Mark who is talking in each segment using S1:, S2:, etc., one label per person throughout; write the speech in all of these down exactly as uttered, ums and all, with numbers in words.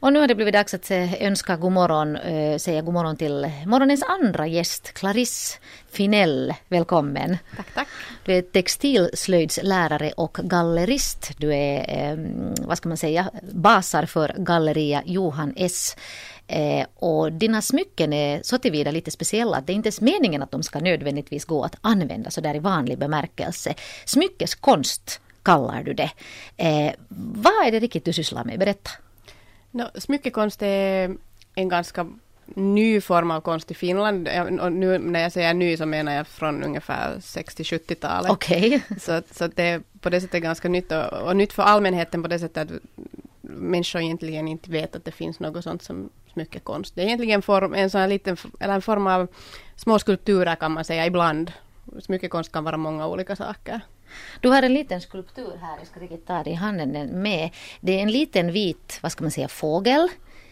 S1: Och nu har det blivit dags att önska god morgon, säga god morgon till morgonens andra gäst, Clarisse Finell. Välkommen.
S2: Tack, tack.
S1: Du är textilslöjdslärare och gallerist. Du är, vad ska man säga, basar för Galleria Johan S. Och dina smycken är så tillvida lite speciella att det är inte ens meningen att de ska nödvändigtvis gå att använda så där i vanlig bemärkelse. Smyckeskonst kallar du det. Vad är det riktigt du sysslar med? Berätta.
S2: No, smyckekonst är en ganska ny form av konst i Finland. Och nu när jag säger ny så menar jag från ungefär sextio-sjuttiotalet.
S1: Okej. Okay.
S2: Så, så det är på det sättet ganska nytt. Och, och nytt för allmänheten på det sättet att människor egentligen inte vet att det finns något sånt som smyckekonst. Det är egentligen en form, en sån här liten, eller en form av små skulpturer kan man säga ibland. Smyckekonst kan vara många olika saker.
S1: Du har en liten skulptur här, jag ska riktigt ta det i handen med. Det är en liten vit, vad ska man säga, fågel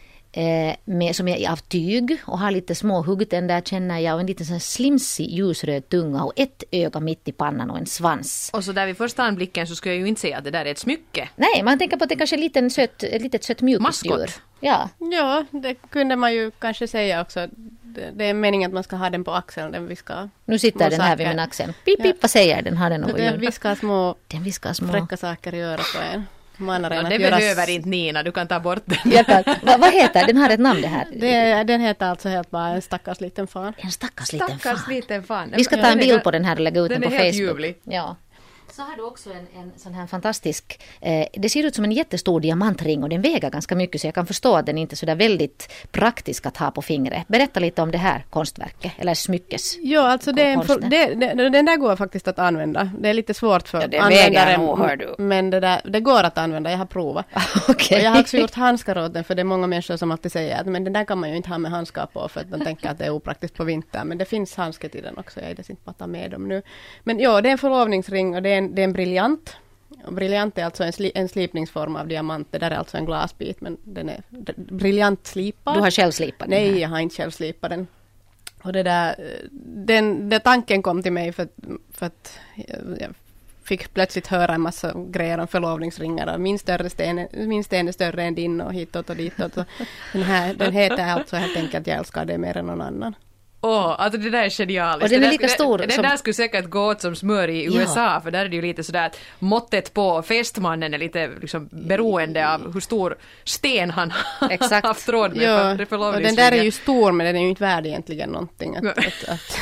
S1: eh, med, som är av tyg och har lite små huggtänder känner jag och en liten sån här slimsig ljusröd tunga och ett öga mitt i pannan och en svans.
S3: Och så där vid första anblicken så skulle jag ju inte säga att det där är ett smycke.
S1: Nej, man tänker på att det kanske är liten söt, ett litet sött mjukisdjur.
S3: Maskot.
S1: Ja.
S2: Ja, det kunde man ju kanske säga också. Det, det är meningen att man ska ha den på axeln. Den viskar
S1: nu sitter den här vid min axeln. Pip, pip, ja. Vad säger den? Har den något
S2: den viskar små,
S1: den viskar små
S2: fräcka saker i örat på en.
S3: Ja, det behöver s- inte Nina, du kan ta bort den.
S1: Jag kan. Va, vad heter den? Har ett namn det här?
S2: Det, den heter alltså helt bara en stackars liten fan.
S1: En stackars liten fan.
S3: Stackars liten fan.
S1: Vi ska ta en bild på den här och lägga ut den, den på Facebook.
S3: Ljuvlig.
S1: Ja. Så har du också en, en sån här fantastisk, eh, det ser ut som en jättestor diamantring och den väger ganska mycket så jag kan förstå att den inte är så där väldigt praktisk att ha på fingret. Berätta lite om det här konstverket eller smyckes.
S2: Ja, alltså det, det, det, den där går faktiskt att använda. Det är lite svårt för
S1: ja,
S2: användaren,
S1: nog, hör du.
S2: Men det, där, det går att använda, jag har provat.
S1: Okay.
S2: Och jag har också gjort handskar åt den för det är många människor som alltid säger att men den där kan man ju inte ha med handskar på för att de tänker att det är opraktiskt på vintern. Men det finns handskar till den också, jag är inte bara ta med dem nu. Men ja, det är en förlovningsring och det är en, det är en briljant. Och briljant är alltså en, sli, en slipningsform av diamant. Det där är alltså en glasbit men den är d- briljant slipad.
S1: Du har själv slipat den?
S2: Nej, jag har inte själv slipat den. Och det där, den, den tanken kom till mig för, för att jag fick plötsligt höra en massa grejer om förlovningsringar. Min, större sten, min sten är större än din och hitåt och ditåt. Och den, här, den heter alltså helt enkelt jag älskar det mer än någon annan.
S3: Åh, oh, alltså det där är genialiskt.
S1: Och den är lika stor
S3: det, det,
S1: som...
S3: det där skulle säkert gå åt som smör i U S A, ja. För där är det ju lite sådär att måttet på festmannen är lite liksom beroende av hur stor sten han har haft råd med.
S2: Ja, och den där är ju stor men den är ju inte värd egentligen någonting. Att, att, att,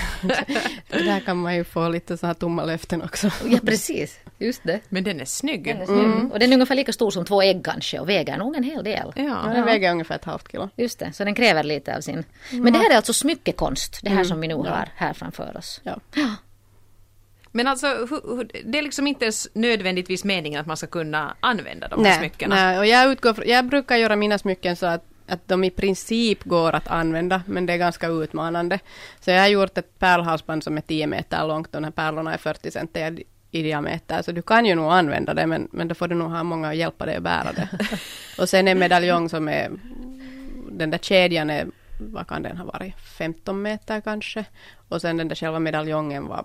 S2: för där kan man ju få lite så här tomma löften också.
S1: Ja, precis. Just det.
S3: Men den är snygg.
S1: Den är snygg. Mm. Och den är ungefär lika stor som två ägg kanske och väger nog en hel del.
S2: Ja, ja den ja. väger ungefär ett halvt kilo.
S1: Just det, så den kräver lite av sin. Mm. Men det här är alltså smyckekonst, det här mm. som vi nu ja. har här framför oss.
S2: Ja.
S1: Ja.
S3: Men alltså, hur, hur, det är liksom inte ens nödvändigtvis meningen att man ska kunna använda de
S2: nej,
S3: här smyckena.
S2: Nej, och jag, utgår för, jag brukar göra mina smycken så att, att de i princip går att använda, men det är ganska utmanande. Så jag har gjort ett pärlhalsband som är tio meter långt och de här pärlorna är fyrtio centimeter i diameter. Så du kan ju nog använda det, men, men då får du nog ha många att hjälpa dig att bära det. Och sen en medaljong som är, den där kedjan är, vad kan den ha varit, femton meter kanske. Och sen den där själva medaljongen var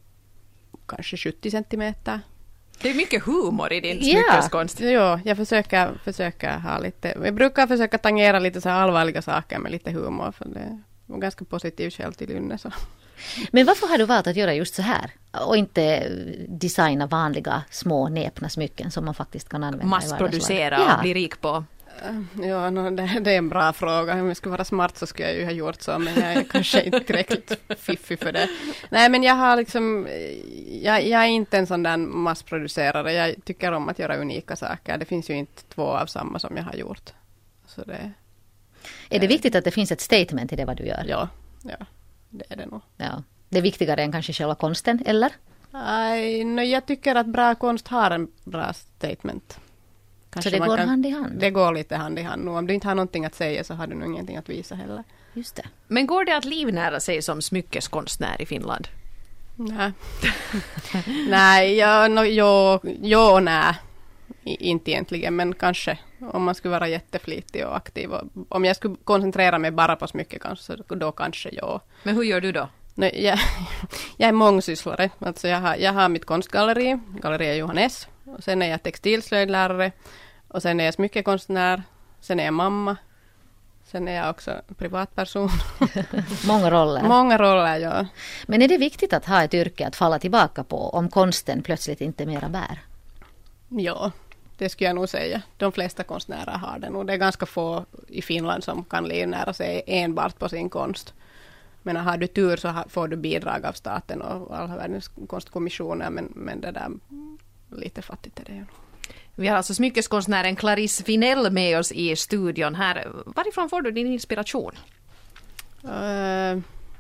S2: kanske sjuttio centimeter.
S3: Det är mycket humor i din smyckeskonst.
S2: Ja, ja, jag försöker, försöker ha lite, jag brukar försöka tangera lite så här allvarliga saker med lite humor, för det är ganska positivt själv till Lynne. Så.
S1: Men varför har du valt att göra just så här och inte designa vanliga små näpna smycken som man faktiskt kan använda?
S3: Massproducera och
S1: ja.
S3: bli rik på.
S2: Ja, no, det, det är en bra fråga. Om jag skulle vara smart så skulle jag ju ha gjort så, men jag är kanske inte tillräckligt fiffig för det. Nej, men jag har liksom, jag, jag är inte en sån där massproducerare. Jag tycker om att göra unika saker. Det finns ju inte två av samma som jag har gjort. Så det,
S1: är det viktigt att det finns ett statement i det vad du gör?
S2: Ja, ja det är det nog.
S1: Ja. Det är viktigare än kanske själva konsten, eller?
S2: Nej, no, jag tycker att bra konst har en bra statement.
S1: Kanske så det går kan, hand i hand?
S2: Det går lite hand i hand. Och om du inte har någonting att säga så har du nog ingenting att visa heller.
S1: Just det.
S3: Men går det att livnära sig som smyckeskonstnär i Finland?
S2: Nej. nej, ja, no, jo, jo och nej. I, inte egentligen, men kanske. Om man skulle vara jätteflitig och aktiv. Och, om jag skulle koncentrera mig bara på smycke kanske, då kanske ja.
S3: Men hur gör du då?
S2: No, jag, jag är mångsysslare. Alltså jag, har, jag har mitt konstgalleri, Galleria Johan S. Och sen är jag textilslöjdlärare. Och sen är jag smyckekonstnär. Sen är jag mamma. Sen är jag också privatperson.
S1: Många roller.
S2: Många roller, ja.
S1: Men är det viktigt att ha ett yrke att falla tillbaka på om konsten plötsligt inte mera bär?
S2: Ja, det skulle jag nog säga. De flesta konstnärer har det nog. Det är ganska få i Finland som kan livnära sig enbart på sin konst. Men har du tur så får du bidrag av staten och alla världens konstkommissioner, men, men det där lite fattigt är det ju.
S3: Vi har alltså smyckeskonstnären Clarisse Finell med oss i studion här. Varifrån får du din inspiration?
S2: Uh,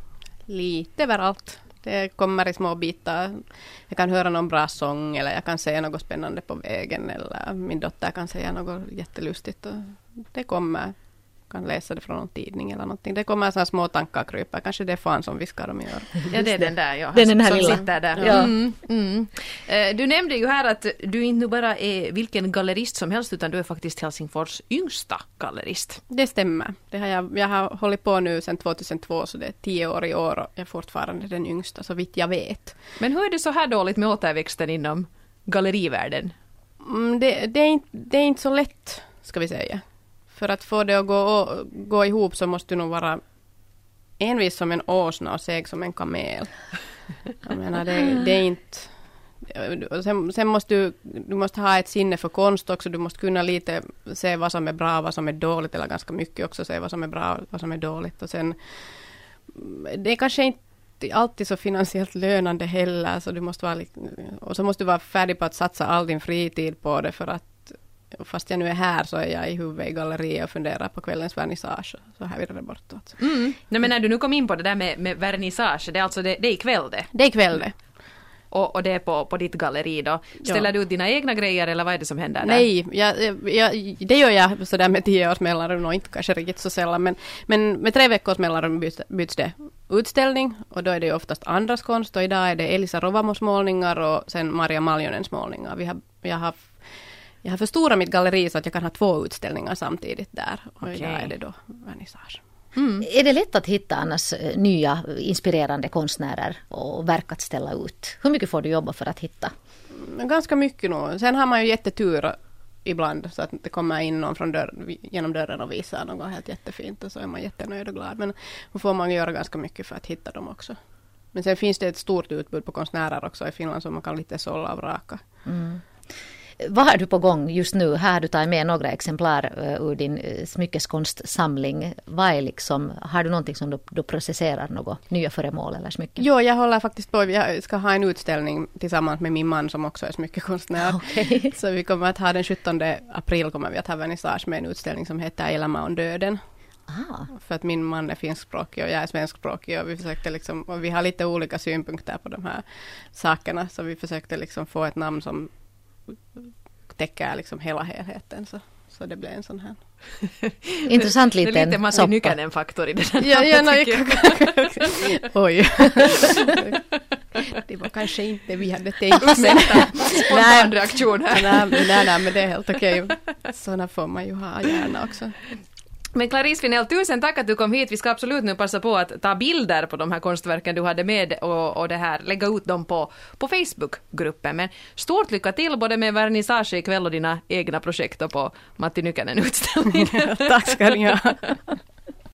S2: lite överallt. Det kommer i små bitar. Jag kan höra någon bra sång eller jag kan säga något spännande på vägen eller min dotter kan säga något jättelustigt. Och det kommer. Kan läsa det från någon tidning eller någonting. Det kommer sådana små tankar krypa. Kanske det är fan som viskar om gör.
S3: Ja, det är den där. Ja,
S1: det är den här
S3: som
S1: lilla.
S3: sitter där.
S1: Ja.
S3: Mm, mm. Du nämnde ju här att du inte bara är vilken gallerist som helst utan du är faktiskt Helsingfors yngsta gallerist.
S2: Det stämmer. Det har jag, jag har hållit på nu sedan tjugohundratvå så det är tio år i år och jag är fortfarande den yngsta så vitt jag vet.
S3: Men hur är det så här dåligt med återväxten inom gallerivärlden?
S2: Mm, det, det, är inte, det är inte så lätt ska vi säga. För att få det att gå, gå ihop så måste du nog vara envis som en åsna och seg som en kamel. Jag menar, det, det är inte... Sen, sen måste du, du måste ha ett sinne för konst också. Du måste kunna lite se vad som är bra, vad som är dåligt. Eller ganska mycket också se vad som är bra och vad som är dåligt. Och sen, det är kanske inte alltid så finansiellt lönande heller. Så du måste vara, och så måste du vara färdig på att satsa all din fritid på det för att fast jag nu är här så är jag i huvudet i galleriet och funderar på kvällens vernissage. Så här vidare bortåt.
S3: Mm. Nej, men när du nu kom in på det där med, med vernissage, det är alltså det, det är ikväll det?
S2: Det är ikväll det.
S3: Och, och det är på, på ditt galleri då. Ställer ja. du ut dina egna grejer eller vad är det som händer där?
S2: Nej, jag, jag, det gör jag sådär med tio års mellanrum och inte kanske riktigt så sällan. Men, men med tre veckors mellanrum byts, byts det utställning och då är det ju oftast andras konst och idag är det Elisa Rovamos målningar och sen Maria Maljonens målningar. Vi har, jag har Jag har förstorat mitt galleri så att jag kan ha två utställningar samtidigt där. Och okay. Idag är det då vernissage.
S1: Mm. Är det lätt att hitta annars nya inspirerande konstnärer och verk att ställa ut? Hur mycket får du jobba för att hitta?
S2: Ganska mycket nog. Sen har man ju jättetur ibland så att det kommer in någon från dörr, genom dörren och visar något helt jättefint och så är man jättenöjd och glad. Men då får man göra ganska mycket för att hitta dem också. Men sen finns det ett stort utbud på konstnärer också i Finland som man kan lite sålla och vraka.
S1: Mm. Vad har du på gång just nu? Här har du tagit med några exemplar uh, ur din uh, smyckeskonstsamling. Vad är liksom, har du någonting som du, du processerar, något nya föremål eller smycken?
S2: Jo, jag håller faktiskt på, jag ska ha en utställning tillsammans med min man som också är smyckekonstnär.
S1: Okay.
S2: Så vi kommer att ha den sjuttonde april kommer vi att ha vernissage med en utställning som heter Elämä on döden.
S1: Ah.
S2: För att min man är finskspråkig och jag är svenskspråkig och vi försökte liksom, och vi har lite olika synpunkter på de här sakerna så vi försökte liksom få ett namn som täcker liksom hela helheten så, så det blev en sån här.
S1: Intressant liten
S3: soppa. Det är lite Matti Nykänen-faktor i den här.
S2: Ja, ja, nej, oj. Det var kanske inte vi hade tänkt.
S3: Spontan reaktion här.
S2: Nej, nej, nej, men det är helt okej. Sådana får man ju ha gärna också.
S3: Men Clarisse Finell, tusen tack att du kom hit. Vi ska absolut nu passa på att ta bilder på de här konstverken du hade med och, och det här, lägga ut dem på, på Facebookgruppen. Men stort lycka till både med vernissage ikväll och dina egna projekt och på Matti Nykänen utställning.
S2: Tack ska ni ha.